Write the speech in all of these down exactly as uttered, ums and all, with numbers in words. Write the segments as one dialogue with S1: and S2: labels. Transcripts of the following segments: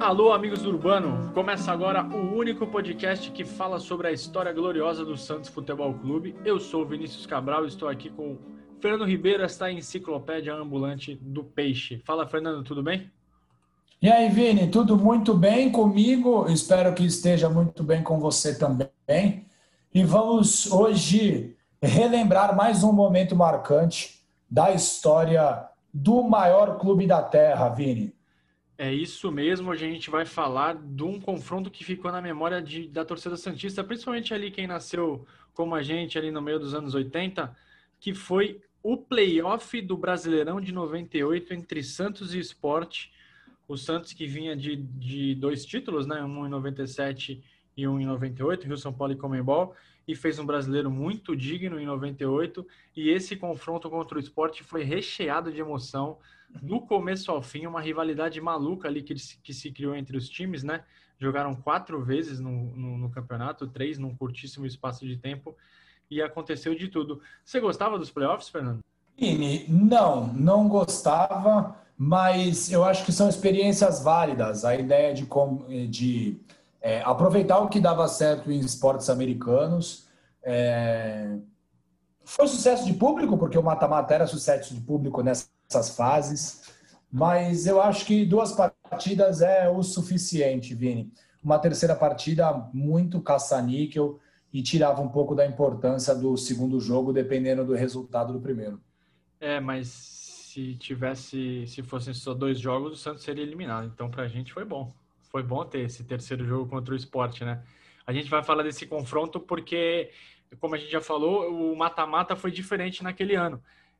S1: Alô, amigos do Urbano! Começa agora o único podcast que fala sobre a história gloriosa do Santos Futebol Clube. Eu sou o Vinícius Cabral e estou aqui com Fernando Ribeiro, esta enciclopédia ambulante do peixe. Fala, Fernando, tudo bem?
S2: E aí, Vini, tudo muito bem comigo? Espero que esteja muito bem com você também. E vamos hoje relembrar mais um momento marcante da história do maior clube da Terra, Vini.
S1: É isso mesmo, hoje a gente vai falar de um confronto que ficou na memória de, da torcida santista, principalmente ali quem nasceu como a gente ali no meio dos anos oitenta, que foi o play-off do Brasileirão de noventa e oito entre Santos e Sport. O Santos que vinha de, de dois títulos, né? um em noventa e sete e um em noventa e oito, Rio, São Paulo e Conmebol, e fez um brasileiro muito digno em noventa e oito, e esse confronto contra o Sport foi recheado de emoção, do começo ao fim, uma rivalidade maluca ali que, que se criou entre os times, né? Jogaram quatro vezes no, no, no campeonato, três num curtíssimo espaço de tempo, e aconteceu de tudo. Você gostava dos playoffs, Fernando?
S2: Vini, não, não gostava, mas eu acho que são experiências válidas. A ideia de, de é, aproveitar o que dava certo em esportes americanos. É... Foi sucesso de público, porque o mata-mata era sucesso de público nessas fases, mas eu acho que duas partidas é o suficiente, Vini. Uma terceira partida muito caça-níquel e tirava um pouco da importância do segundo jogo, dependendo do resultado do primeiro.
S1: É, mas se tivesse, se fossem só dois jogos, o Santos seria eliminado. Então, pra gente foi bom. Foi bom ter esse terceiro jogo contra o Sport, né? A gente vai falar desse confronto porque, como a gente já falou, o mata-mata foi diferente naquele ano.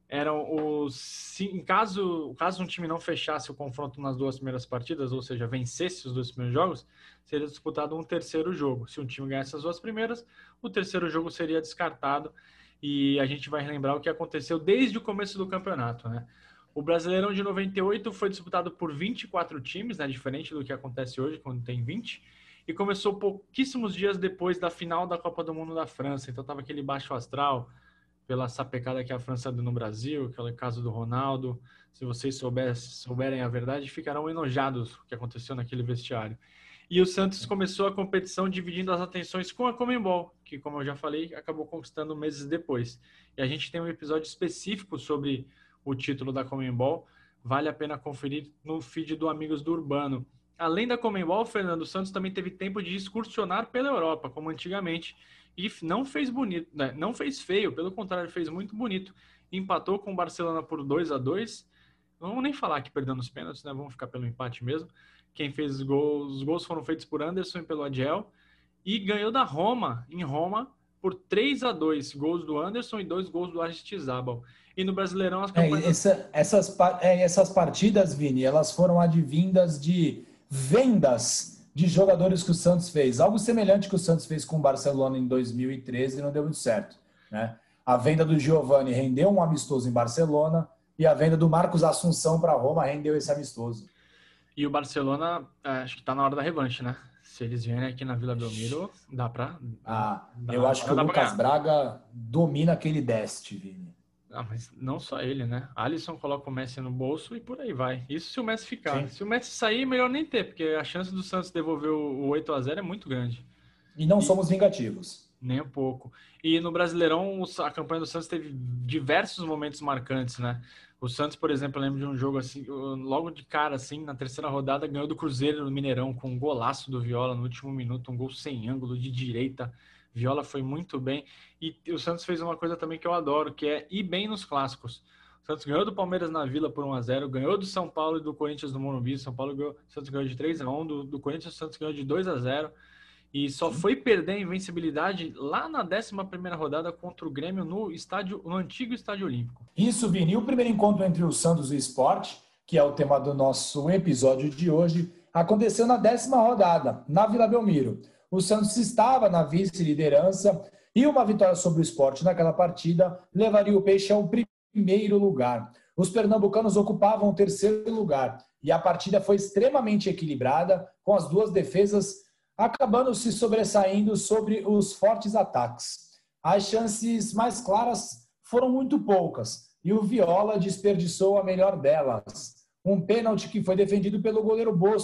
S1: Eram os, em caso, caso um time não fechasse o confronto nas duas primeiras partidas, ou seja, vencesse os dois primeiros jogos, seria disputado um terceiro jogo. Se um time ganhasse as duas primeiras, o terceiro jogo seria descartado. E a gente vai relembrar o que aconteceu desde o começo do campeonato, né? O Brasileirão de noventa e oito foi disputado por vinte e quatro times, né? Diferente do que acontece hoje, quando tem vinte, e começou pouquíssimos dias depois da final da Copa do Mundo da França. Então tava aquele baixo astral pela sapecada que a França deu no Brasil, aquele caso do Ronaldo. Se vocês soubessem, souberem a verdade, ficarão enojados com o que aconteceu naquele vestiário. E o Santos começou a competição dividindo as atenções com a Conmebol, que, como eu já falei, acabou conquistando meses depois. E a gente tem um episódio específico sobre o título da Conmebol, vale a pena conferir no feed do Amigos do Urbano. Além da Conmebol, Fernando Santos também teve tempo de excursionar pela Europa, como antigamente, e não fez bonito, né? Não fez feio, pelo contrário, fez muito bonito. Empatou com o Barcelona por dois a dois. Não vamos nem falar que perdeu nos pênaltis, né? Vamos ficar pelo empate mesmo. Quem fez os gols, os gols foram feitos por Anderson e pelo Adiel, e ganhou da Roma, em Roma, por três a dois, gols do Anderson e dois gols do Aristizábal. E no Brasileirão as campanhas...
S2: É, essa, essas, é, essas partidas, Vini, elas foram advindas de vendas de jogadores que o Santos fez. Algo semelhante que o Santos fez com o Barcelona em dois mil e treze e não deu muito certo, né? A venda do Giovani rendeu um amistoso em Barcelona e a venda do Marcos Assunção para Roma rendeu esse amistoso.
S1: E o Barcelona, acho que está na hora da revanche, né? Se eles vierem aqui na Vila Belmiro, dá para...
S2: Ah, eu acho que o Lucas Braga domina aquele deste, Vini.
S1: Ah, mas não só ele, né? Alisson coloca o Messi no bolso e por aí vai. Isso se o Messi ficar. Sim. Se o Messi sair, melhor nem ter, porque a chance do Santos devolver o oito a zero é muito grande.
S2: E não e... somos vingativos.
S1: Nem um pouco. E no Brasileirão, a campanha do Santos teve diversos momentos marcantes, né? O Santos, por exemplo, eu lembro de um jogo assim, logo de cara, assim, na terceira rodada, ganhou do Cruzeiro no Mineirão com um golaço do Viola no último minuto, um gol sem ângulo, de direita. Viola foi muito bem. E o Santos fez uma coisa também que eu adoro, que é ir bem nos clássicos. O Santos ganhou do Palmeiras na Vila por um a zero, ganhou do São Paulo e do Corinthians no Morumbi. São Paulo ganhou, o Santos ganhou de três a um, do, do Corinthians o Santos ganhou de dois a zero. E só foi perder a invencibilidade lá na décima primeira rodada contra o Grêmio no, estádio, no antigo Estádio Olímpico.
S2: Isso, Vini. E o primeiro encontro entre o Santos e o Sport, que é o tema do nosso episódio de hoje, aconteceu na décima rodada, na Vila Belmiro. O Santos estava na vice-liderança e uma vitória sobre o Sport naquela partida levaria o Peixe ao primeiro lugar. Os pernambucanos ocupavam o terceiro lugar e a partida foi extremamente equilibrada, com as duas defesas acabando se sobressaindo sobre os fortes ataques. As chances mais claras foram muito poucas e o Viola desperdiçou a melhor delas. Um pênalti que foi defendido pelo goleiro Bosco,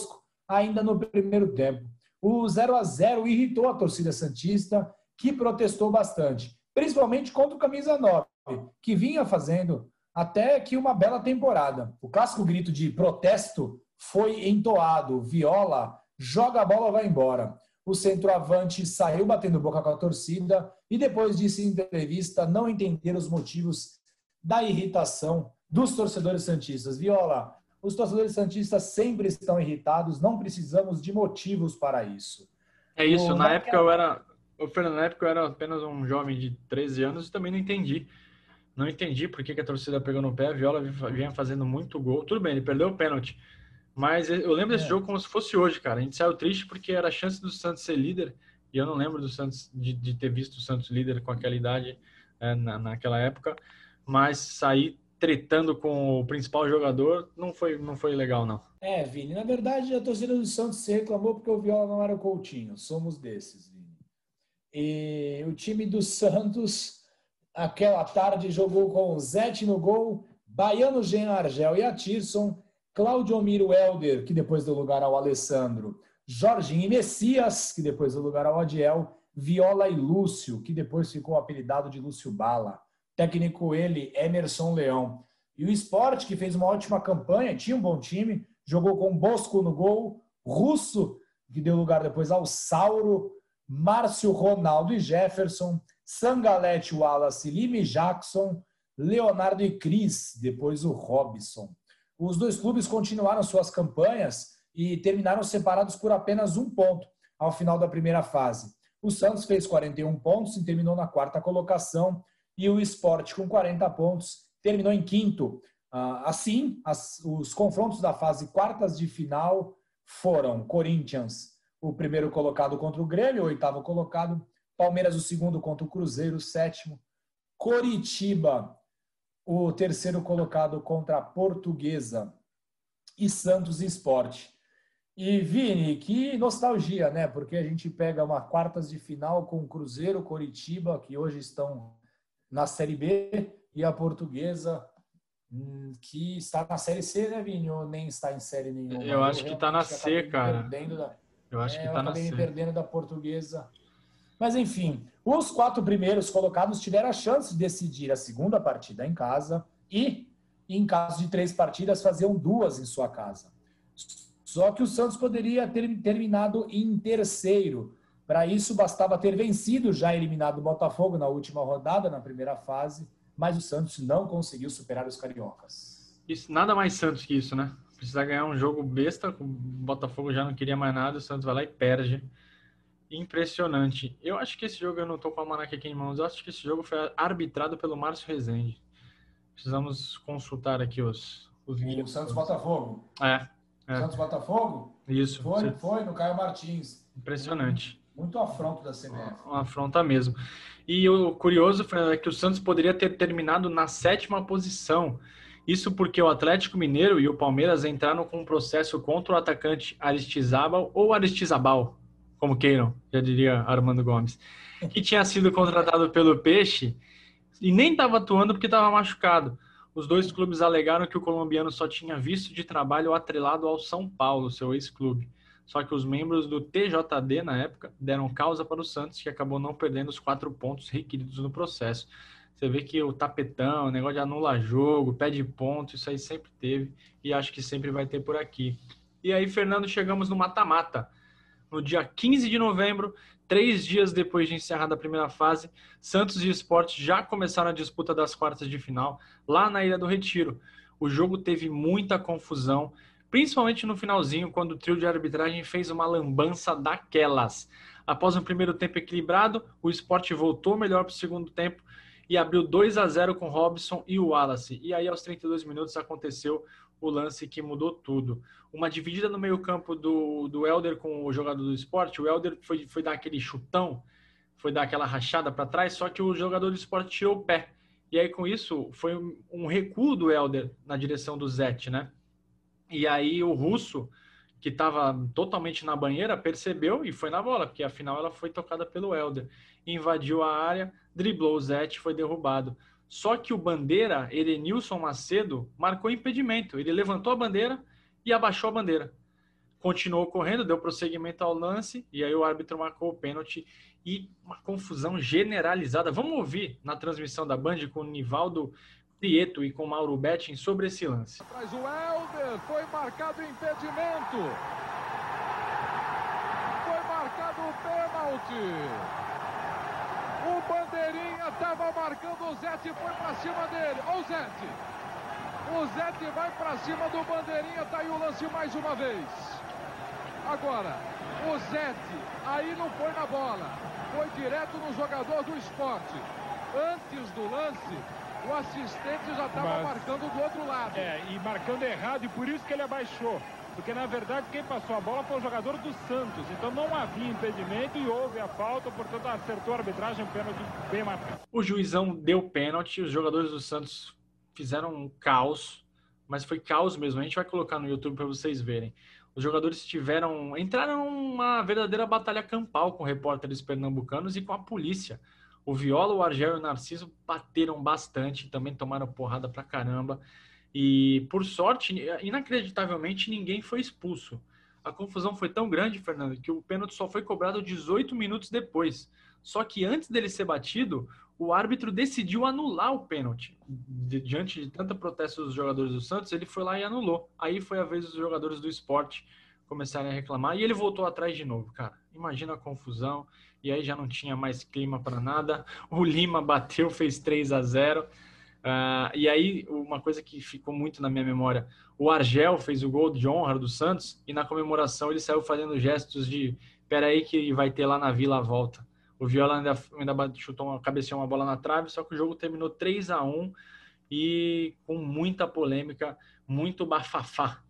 S2: ainda no primeiro tempo. O zero a zero irritou a torcida santista, que protestou bastante, principalmente contra o camisa nove, que vinha fazendo até que uma bela temporada. O clássico grito de protesto foi entoado: Viola, joga a bola, vai embora. O centroavante saiu batendo boca com a torcida e depois disse em entrevista não entender os motivos da irritação dos torcedores santistas. Viola, os torcedores santistas sempre estão irritados, não precisamos de motivos para isso.
S1: É isso, o... na época eu era... Ô, Fernando, na época eu era apenas um jovem de treze anos e também não entendi. Não entendi por que, que a torcida pegou no pé, a Viola vinha fazendo muito gol. Tudo bem, ele perdeu o pênalti. Mas eu lembro desse é. jogo como se fosse hoje, cara. A gente saiu triste porque era a chance do Santos ser líder. E eu não lembro do Santos de, de ter visto o Santos líder com aquela idade é, na, naquela época. Mas sair tretando com o principal jogador não foi, não foi legal, não.
S2: É, Vini, na verdade a torcida do Santos se reclamou porque o Viola não era o Coutinho. Somos desses, Vini. E o time do Santos, aquela tarde, jogou com o Zete no gol, Baiano, Jean Argel e Atirson, Cláudio Miro Helder, que depois deu lugar ao Alessandro, Jorginho e Messias, que depois deu lugar ao Adiel, Viola e Lúcio, que depois ficou apelidado de Lúcio Bala. Técnico ele, Emerson Leão. E o Sport, que fez uma ótima campanha, tinha um bom time, jogou com Bosco no gol, Russo, que deu lugar depois ao Sauro, Márcio, Ronaldo e Jefferson, Sangalete, Wallace, Lime Jackson, Leonardo e Cris, depois o Robson. Os dois clubes continuaram suas campanhas e terminaram separados por apenas um ponto ao final da primeira fase. O Santos fez quarenta e um pontos e terminou na quarta colocação, e o Sport, com quarenta pontos, terminou em quinto. Assim, as, os confrontos da fase quartas de final foram Corinthians, o primeiro colocado contra o Grêmio, o oitavo colocado, Palmeiras, o segundo contra o Cruzeiro, o sétimo, Coritiba, o terceiro colocado contra a Portuguesa, e Santos e Sport. E, Vini, que nostalgia, né? Porque a gente pega uma quartas de final com o Cruzeiro, Coritiba, que hoje estão na Série B, e a Portuguesa, que está na Série C, né, Vini? Ou nem está em Série nenhuma?
S1: Eu acho que está na C, cara.
S2: Da...
S1: Eu acho
S2: é,
S1: que
S2: eu
S1: está na
S2: acabei
S1: C.
S2: me perdendo da Portuguesa. Mas, enfim, os quatro primeiros colocados tiveram a chance de decidir a segunda partida em casa e, em caso de três partidas, faziam duas em sua casa. Só que o Santos poderia ter terminado em terceiro. Para isso, bastava ter vencido já eliminado o Botafogo na última rodada, na primeira fase, mas o Santos não conseguiu superar os cariocas.
S1: Isso, nada mais Santos que isso, né? Precisar ganhar um jogo besta, o Botafogo já não queria mais nada, o Santos vai lá e perde. Impressionante. Eu acho que esse jogo, eu não estou com a manaca aqui em mãos, eu acho que esse jogo foi arbitrado pelo Márcio Rezende. Precisamos consultar aqui os... os
S2: o Santos-Botafogo.
S1: É. é.
S2: Santos-Botafogo?
S1: Isso.
S2: Foi, Você... foi, no Caio Martins.
S1: Impressionante.
S2: Muito afronto da C B F.
S1: Uma afronta mesmo. E o curioso, Fernando, é que o Santos poderia ter terminado na sétima posição. Isso porque o Atlético Mineiro e o Palmeiras entraram com um processo contra o atacante Aristizábal ou Aristizabal, como queiram, já diria Armando Gomes, que tinha sido contratado pelo Peixe e nem estava atuando porque estava machucado. Os dois clubes alegaram que o colombiano só tinha visto de trabalho atrelado ao São Paulo, seu ex-clube. Só que os membros do T J D, na época, deram causa para o Santos, que acabou não perdendo os quatro pontos requeridos no processo. Você vê que o tapetão, o negócio de anular jogo, pede ponto, isso aí sempre teve e acho que sempre vai ter por aqui. E aí, Fernando, chegamos no mata-mata. No dia quinze de novembro, três dias depois de encerrada a primeira fase, Santos e Sport já começaram a disputa das quartas de final, lá na Ilha do Retiro. O jogo teve muita confusão, principalmente no finalzinho, quando o trio de arbitragem fez uma lambança daquelas. Após um primeiro tempo equilibrado, o Sport voltou melhor para o segundo tempo e abriu dois a zero com Robson e o Wallace. E aí, aos trinta e dois minutos, aconteceu o lance que mudou tudo. Uma dividida no meio-campo do, do Helder com o jogador do Sport. O Helder foi, foi dar aquele chutão, foi dar aquela rachada para trás, só que o jogador do Sport tirou o pé. E aí, com isso, foi um, um recuo do Helder na direção do Zete, né? E aí, o Russo, que estava totalmente na banheira, percebeu e foi na bola, porque afinal ela foi tocada pelo Helder. Invadiu a área, driblou o Zete, foi derrubado. Só que o bandeira, Erenilson Macedo, marcou impedimento. Ele levantou a bandeira e abaixou a bandeira. continuou correndo, deu prosseguimento ao lance, e aí o árbitro marcou o pênalti e uma confusão generalizada. Vamos ouvir na transmissão da Band com o Nivaldo Prieto e com o Mauro Betting sobre esse lance.
S3: Mas o Helder foi marcado impedimento. Foi marcado o pênalti. O Bandeirinha estava marcando o Zete, foi para cima dele. Ó o Zete. O Zete vai para cima do Bandeirinha, tá aí o lance mais uma vez. Agora, o Zete aí não foi na bola, foi direto no jogador do Sport. Antes do lance, o assistente já estava marcando do outro lado.
S4: É, e marcando errado, e por isso que ele abaixou. Porque, na verdade, quem passou a bola foi o jogador do Santos. Então não havia impedimento e houve a falta, portanto acertou a arbitragem, um pênalti bem marcado.
S1: O juizão deu pênalti, os jogadores do Santos fizeram um caos, mas foi caos mesmo. A gente vai colocar no YouTube para vocês verem. Os jogadores tiveram, entraram numa verdadeira batalha campal com repórteres pernambucanos e com a polícia. O Viola, o Argel e o Narciso bateram bastante, também tomaram porrada pra caramba. E, por sorte, inacreditavelmente, ninguém foi expulso. A confusão foi tão grande, Fernando, que o pênalti só foi cobrado dezoito minutos depois. Só que antes dele ser batido, o árbitro decidiu anular o pênalti. Diante de tanta protesto dos jogadores do Santos, ele foi lá e anulou. Aí foi a vez dos jogadores do Sport começarem a reclamar e ele voltou atrás de novo, cara. Imagina a confusão. E aí já não tinha mais clima para nada. O Lima bateu, fez três a zero. Uh, e aí, uma coisa que ficou muito na minha memória, o Argel fez o gol de honra do Santos e na comemoração ele saiu fazendo gestos de peraí que vai ter lá na Vila a volta. O Viola ainda, ainda chutou uma, cabeceou uma bola na trave, só que o jogo terminou três a um e com muita polêmica, muito bafafá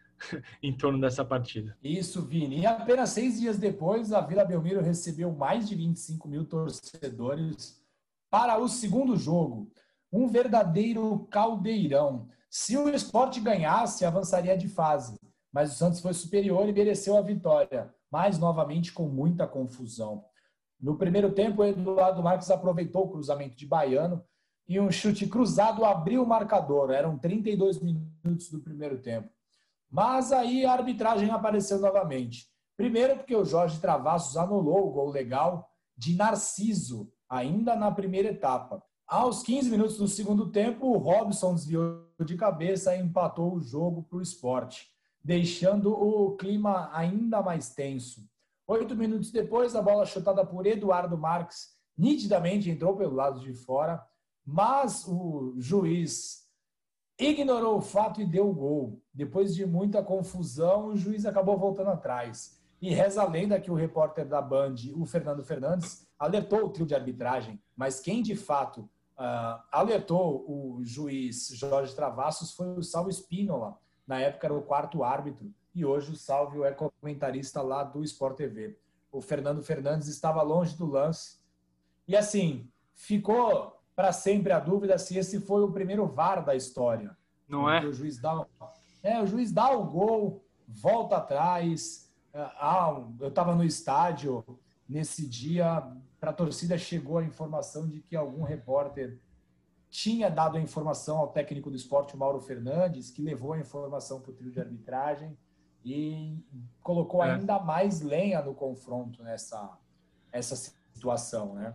S1: em torno dessa partida.
S2: Isso, Vini. E apenas seis dias depois, a Vila Belmiro recebeu mais de vinte e cinco mil torcedores para o segundo jogo. Um verdadeiro caldeirão. Se o Sport ganhasse, avançaria de fase. Mas o Santos foi superior e mereceu a vitória. Mas, novamente, com muita confusão. No primeiro tempo, o Eduardo Marques aproveitou o cruzamento de Baiano e um chute cruzado abriu o marcador. Eram trinta e dois minutos do primeiro tempo. Mas aí a arbitragem apareceu novamente. Primeiro porque o Jorge Travassos anulou o gol legal de Narciso, ainda na primeira etapa. Aos quinze minutos do segundo tempo, o Robson desviou de cabeça e empatou o jogo para o Sport, deixando o clima ainda mais tenso. Oito minutos depois, a bola chutada por Eduardo Marques nitidamente entrou pelo lado de fora, mas o juiz ignorou o fato e deu o gol. Depois de muita confusão, o juiz acabou voltando atrás. E reza a lenda que o repórter da Band, o Fernando Fernandes, alertou o trio de arbitragem, mas quem de fato uh, alertou o juiz Jorge Travassos foi o Salvo Espínola. Na época era o quarto árbitro e hoje o Salvio é comentarista lá do Sport T V. O Fernando Fernandes estava longe do lance. E assim, ficou para sempre a dúvida se esse foi o primeiro V A R da história.
S1: Não é?
S2: O juiz dá, é, o juiz dá o gol, volta atrás. Ah, eu estava no estádio nesse dia, para a torcida chegou a informação de que algum repórter tinha dado a informação ao técnico do Sport, Mauro Fernandes, que levou a informação para o trio de arbitragem e colocou é. ainda mais lenha no confronto nessa essa situação, né?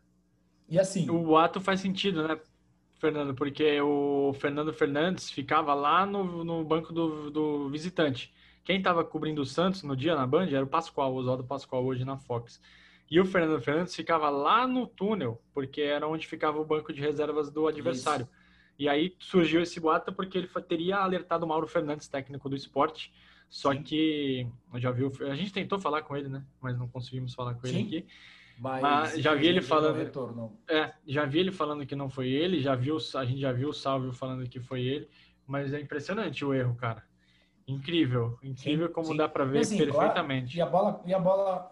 S2: E assim...
S1: O ato faz sentido, né, Fernando? Porque o Fernando Fernandes ficava lá no, no banco do, do visitante. Quem estava cobrindo o Santos no dia na Band era o Pascoal, o Oswaldo Pascoal, hoje na Fox. E o Fernando Fernandes ficava lá no túnel, porque era onde ficava o banco de reservas do adversário. Isso. E aí surgiu esse boato porque ele teria alertado o Mauro Fernandes, técnico do Sport. Só Sim. que eu já viu, a gente tentou falar com ele, né? Mas não conseguimos falar com Sim. ele aqui. Mas, Mas já vi ele falando, é, já vi ele falando que não foi ele, já viu, a gente já viu o Salvio falando que foi ele, mas é impressionante o erro, cara. Incrível, incrível sim, como sim. dá para ver assim, perfeitamente.
S2: Claro, e a bola, e a bola,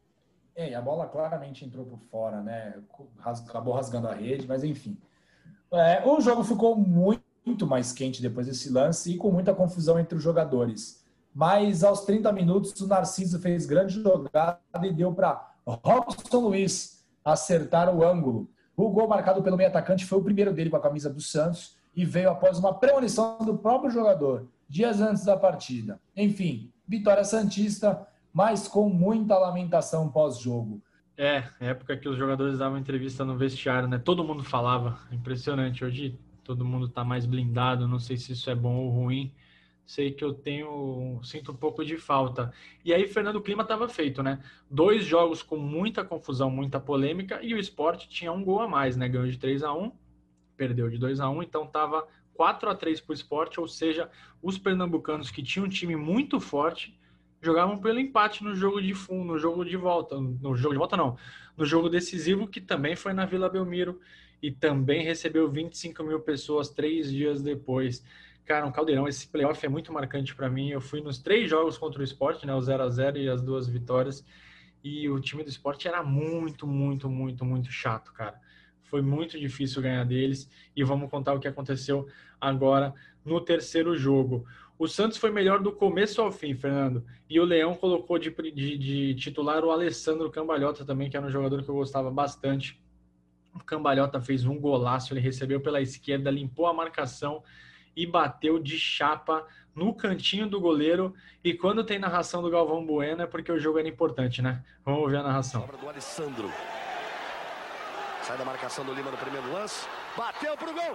S2: é, a bola claramente entrou por fora, né? Acabou rasgando a rede, mas enfim. É, o jogo ficou muito, muito mais quente depois desse lance e com muita confusão entre os jogadores. Mas aos trinta minutos o Narciso fez grande jogada e deu para Robson Luiz acertar o ângulo. O gol marcado pelo meio atacante foi o primeiro dele com a camisa do Santos e veio após uma premonição do próprio jogador, dias antes da partida. Enfim, Vitória santista, mas com muita lamentação pós-jogo.
S1: É, época que os jogadores davam entrevista no vestiário, né? Todo mundo falava, impressionante. Hoje todo mundo tá mais blindado, não sei se isso é bom ou ruim. Sei que eu tenho, sinto um pouco de falta. E aí, Fernando, o clima estava feito, né? Dois jogos com muita confusão, muita polêmica, e o Sport tinha um gol a mais, né? Ganhou de três a um, perdeu de dois a um, então tava quatro a três para o Sport, ou seja, os pernambucanos que tinham um time muito forte jogavam pelo empate no jogo de fundo, no jogo de volta, no jogo de volta não, no jogo decisivo, que também foi na Vila Belmiro e também recebeu vinte e cinco mil pessoas três dias depois. Cara, um caldeirão. Esse playoff é muito marcante para mim. Eu fui nos três jogos contra o Sport, né, o zero a zero e as duas vitórias, e o time do Sport era muito, muito, muito, muito chato, cara. Foi muito difícil ganhar deles, e vamos contar o que aconteceu agora no terceiro jogo. O Santos foi melhor do começo ao fim, Fernando, e o Leão colocou de, de, de titular o Alessandro Cambalhota também, que era um jogador que eu gostava bastante. O Cambalhota fez um golaço, ele recebeu pela esquerda, limpou a marcação e bateu de chapa no cantinho do goleiro. E quando tem narração do Galvão Bueno é porque o jogo era importante, né? Vamos ouvir a narração.
S5: Sobra do Alessandro. Sai da marcação do Lima no primeiro lance. Bateu pro gol. Gol!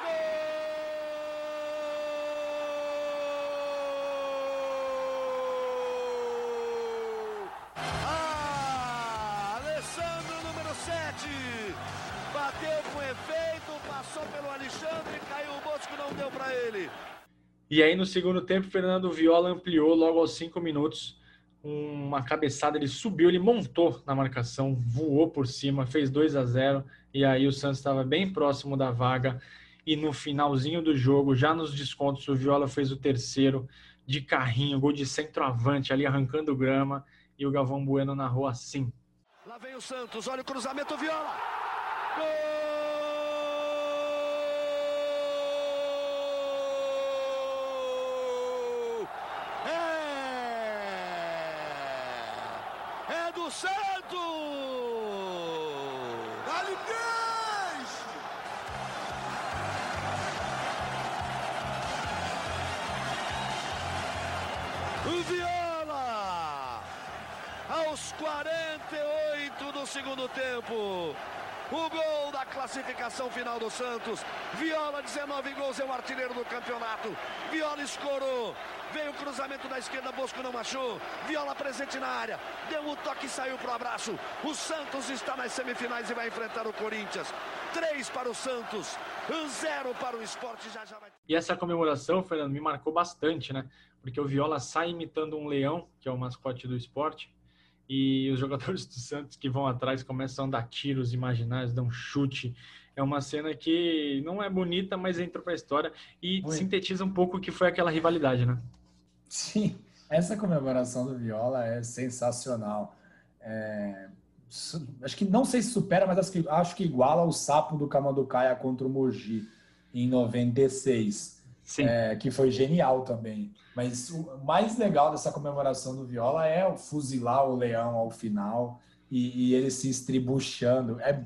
S5: Ah, Alessandro, número sete. Bateu com efeito, passou pelo Alexandre, caiu o Bosco, não deu para ele.
S1: E aí no segundo tempo, Fernando Viola ampliou logo aos cinco minutos. Uma cabeçada, ele subiu, ele montou na marcação, voou por cima, fez dois a zero. E aí o Santos estava bem próximo da vaga. E no finalzinho do jogo, já nos descontos, o Viola fez o terceiro de carrinho, gol de centroavante ali arrancando grama. E o Galvão Bueno narrou assim.
S5: Lá vem o Santos, olha o cruzamento, Viola. Gol! É! É do Santos! Dá-lhe dez! O Viola! Aos quarenta e oito do segundo tempo. O gol da classificação final do Santos. Viola, dezenove gols, é o artilheiro do campeonato. Viola escorou. Veio o cruzamento da esquerda, Bosco não achou. Viola presente na área. Deu o toque e saiu pro abraço. O Santos está nas semifinais e vai enfrentar o Corinthians. Três para o Santos, zero para o Sport. Já, já vai...
S1: E essa comemoração, Fernando, me marcou bastante, né? Porque o Viola sai imitando um leão, que é o mascote do Sport. E os jogadores do Santos que vão atrás começam a dar tiros imaginários, dão chute. É uma cena que não é bonita, mas entra para a história e Oi. sintetiza um pouco o que foi aquela rivalidade, né?
S2: Sim, essa comemoração do Viola é sensacional. É... Acho que não sei se supera, mas acho que, acho que iguala o sapo do Camanducaia contra o Mogi em noventa e seis. Sim. É, que foi genial também. Mas o mais legal dessa comemoração do Viola é o fuzilar o leão ao final e, e ele se estribuchando. É,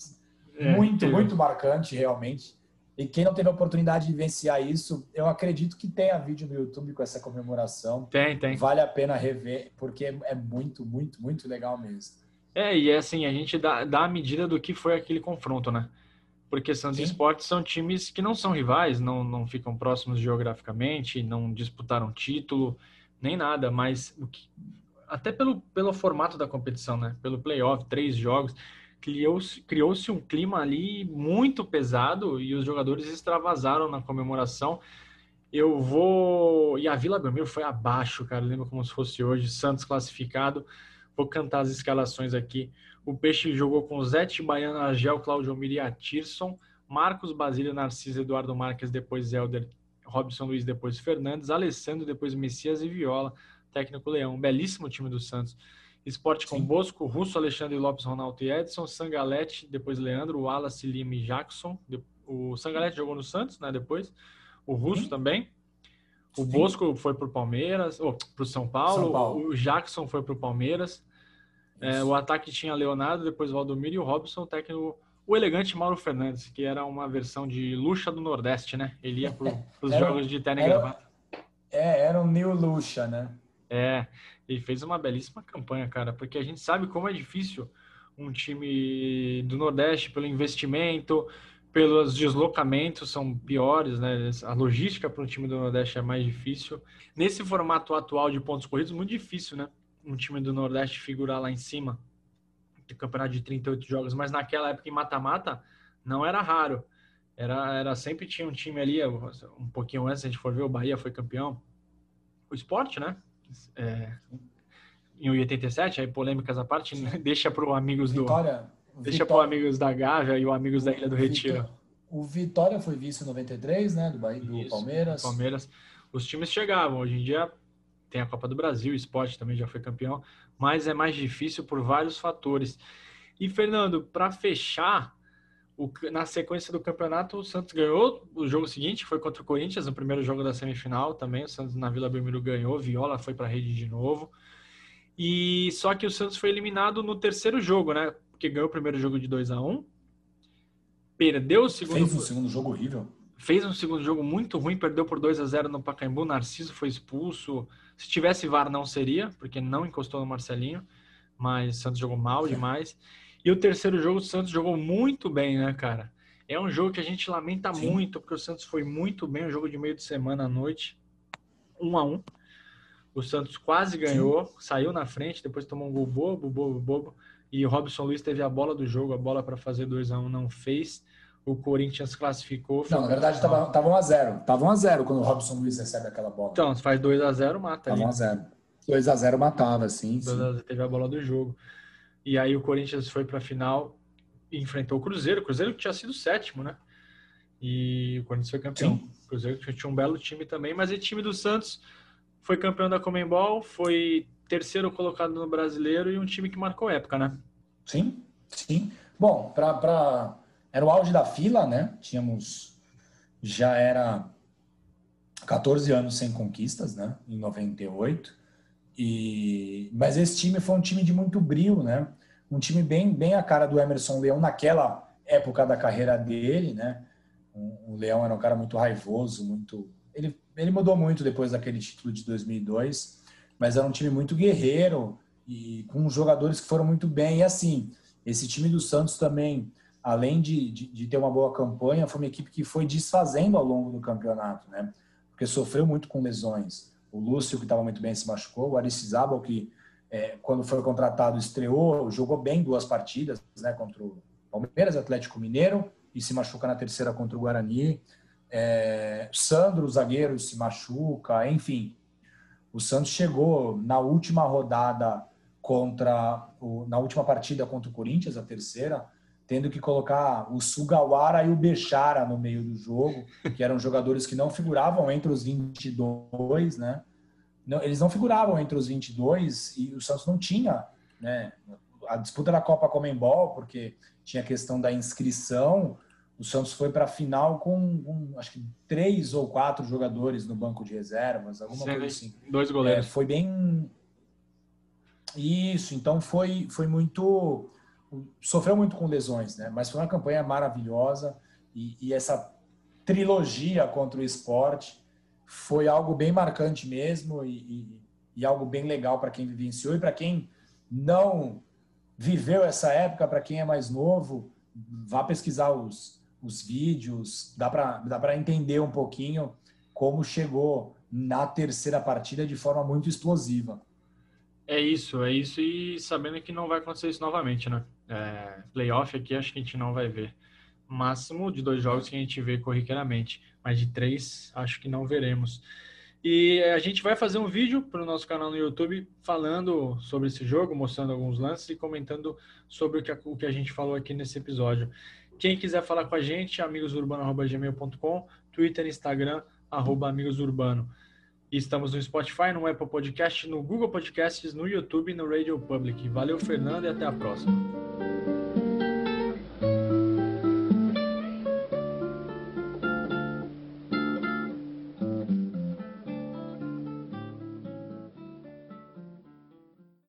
S2: é muito, muito marcante, realmente. E quem não teve a oportunidade de vivenciar isso, eu acredito que tenha vídeo no YouTube com essa comemoração.
S1: Tem, tem.
S2: Vale a pena rever, porque é muito, muito, muito legal mesmo.
S1: É, e é assim, a gente dá, dá a medida do que foi aquele confronto, né? Porque Santos e Sport são times que não são rivais, não, não ficam próximos geograficamente, não disputaram título, nem nada, mas o que, até pelo, pelo formato da competição, né? Pelo playoff, três jogos, criou-se, criou-se um clima ali muito pesado e os jogadores extravasaram na comemoração. Eu vou... E a Vila Belmiro foi abaixo, cara, lembra como se fosse hoje, Santos classificado. Vou cantar as escalações aqui. O Peixe jogou com Zete, Baiano, Argel, Claudio Miri, Atirson, Marcos, Basílio, Narciso, Eduardo Marques, depois Helder, Robson Luiz, depois Fernandes, Alessandro, depois Messias e Viola, técnico Leão. Belíssimo time do Santos. Sport com Sim. Bosco, Russo, Alexandre Lopes, Ronaldo e Edson, Sangalete, depois Leandro, Wallace, Lima e Jackson. O Sangalete jogou no Santos, né, depois. O Russo Sim. também. O Sim. Bosco foi para o Palmeiras, ou para o São Paulo. São Paulo. O Jackson foi para o Palmeiras. É, o ataque tinha Leonardo, depois Valdomiro e o Robson, o técnico, o elegante Mauro Fernandes, que era uma versão de Lucha do Nordeste, né? Ele ia para os jogos de terno e gravata.
S2: É, era um New Lucha, né?
S1: É, e fez uma belíssima campanha, cara, porque a gente sabe como é difícil um time do Nordeste, pelo investimento, pelos deslocamentos são piores, né? A logística para um time do Nordeste é mais difícil. Nesse formato atual de pontos corridos, muito difícil, né? Um time do Nordeste figurar lá em cima do campeonato de trinta e oito jogos, mas naquela época em mata-mata não era raro. Era, era sempre tinha um time ali, um pouquinho antes, se a gente for ver, o Bahia foi campeão. O Sport, né? É, em oitenta e sete, aí polêmicas à parte, né? deixa para os amigos do...
S2: Vitória,
S1: Deixa para os amigos da Gávea e os amigos da Ilha do Retiro.
S2: Vitória, o Vitória foi vice em noventa e três, né? Do, Bahia, do
S1: Isso,
S2: Palmeiras.
S1: do Palmeiras. Os times chegavam. Hoje em dia tem a Copa do Brasil, o Sport também já foi campeão, mas é mais difícil por vários fatores. E, Fernando, para fechar, o, na sequência do campeonato, o Santos ganhou o jogo seguinte, foi contra o Corinthians, no primeiro jogo da semifinal também. O Santos na Vila Belmiro ganhou, Viola foi para a rede de novo. E só que o Santos foi eliminado no terceiro jogo, né? Porque ganhou o primeiro jogo de dois a um, perdeu o segundo...
S2: Fez um segundo jogo horrível.
S1: Fez um segundo jogo muito ruim, perdeu por dois a zero no Pacaembu, Narciso foi expulso. Se tivesse V A R não seria, porque não encostou no Marcelinho, mas o Santos jogou mal demais. E o terceiro jogo, o Santos jogou muito bem, né, cara? É um jogo que a gente lamenta Sim. muito, porque o Santos foi muito bem, um jogo de meio de semana à noite, um a um. O Santos quase ganhou, Sim. saiu na frente, depois tomou um gol bobo, bobo, bobo. E o Robson Luiz teve a bola do jogo, a bola para fazer dois a um não fez. O Corinthians classificou.
S2: Não, na verdade estava um a zero. Estava um a zero quando o Robson Luiz recebe aquela bola.
S1: Então, se faz dois a zero, mata.
S2: Estava um a zero. dois a zero matava, sim. sim.
S1: Teve a bola do jogo. E aí o Corinthians foi para a final e enfrentou o Cruzeiro. O Cruzeiro que tinha sido sétimo, né? E o Corinthians foi campeão. Sim. O Cruzeiro que tinha um belo time também, mas o time do Santos foi campeão da Conmebol, foi terceiro colocado no Brasileiro e um time que marcou época, né?
S2: Sim, sim. Bom, para... Pra... era o auge da fila, né? Tínhamos... Já era quatorze anos sem conquistas, né? Em noventa e oito. E... Mas esse time foi um time de muito brio, né? Um time bem, bem a cara do Emerson Leão naquela época da carreira dele, né? O Leão era um cara muito raivoso, muito... Ele, ele mudou muito depois daquele título de dois mil e dois, mas era um time muito guerreiro e com jogadores que foram muito bem. E assim, esse time do Santos também, além de, de, de ter uma boa campanha, foi uma equipe que foi desfazendo ao longo do campeonato, né? Porque sofreu muito com lesões. O Lúcio, que estava muito bem, se machucou. O Aristizábal, que é, quando foi contratado, estreou, jogou bem duas partidas, né? Contra o Palmeiras, Atlético Mineiro, e se machuca na terceira contra o Guarani. É, Sandro, o zagueiro, se machuca, enfim. O Santos chegou na última rodada contra o, na última partida contra o Corinthians, a terceira, tendo que colocar o Sugawara e o Bechara no meio do jogo, que eram jogadores que não figuravam entre os vinte e dois, né? Não, eles não figuravam entre os vinte e dois e o Santos não tinha, né, a disputa da Copa Conmebol, porque tinha a questão da inscrição. O Santos foi para a final com, com, acho que, três ou quatro jogadores no banco de reservas, alguma Sim, coisa assim.
S1: Dois goleiros.
S2: É, foi bem... Isso, então foi, foi muito... Sofreu muito com lesões, né? Mas foi uma campanha maravilhosa e, e essa trilogia contra o Sport foi algo bem marcante mesmo e, e, e algo bem legal para quem vivenciou e para quem não viveu essa época, para quem é mais novo, vá pesquisar os... os vídeos, dá para dá para entender um pouquinho como chegou na terceira partida de forma muito explosiva.
S1: É isso, é isso, e sabendo que não vai acontecer isso novamente, né? É, playoff aqui acho que a gente não vai ver. Máximo de dois jogos que a gente vê corriqueiramente, mas de três acho que não veremos. E a gente vai fazer um vídeo para o nosso canal no YouTube falando sobre esse jogo, mostrando alguns lances e comentando sobre o que a, o que a gente falou aqui nesse episódio. Quem quiser falar com a gente, amigosurbano arroba gmail ponto com, Twitter, Instagram, arroba amigosurbano. E estamos no Spotify, no Apple Podcast, no Google Podcasts, no YouTube e no Radio Public. Valeu, Fernando, e até a próxima.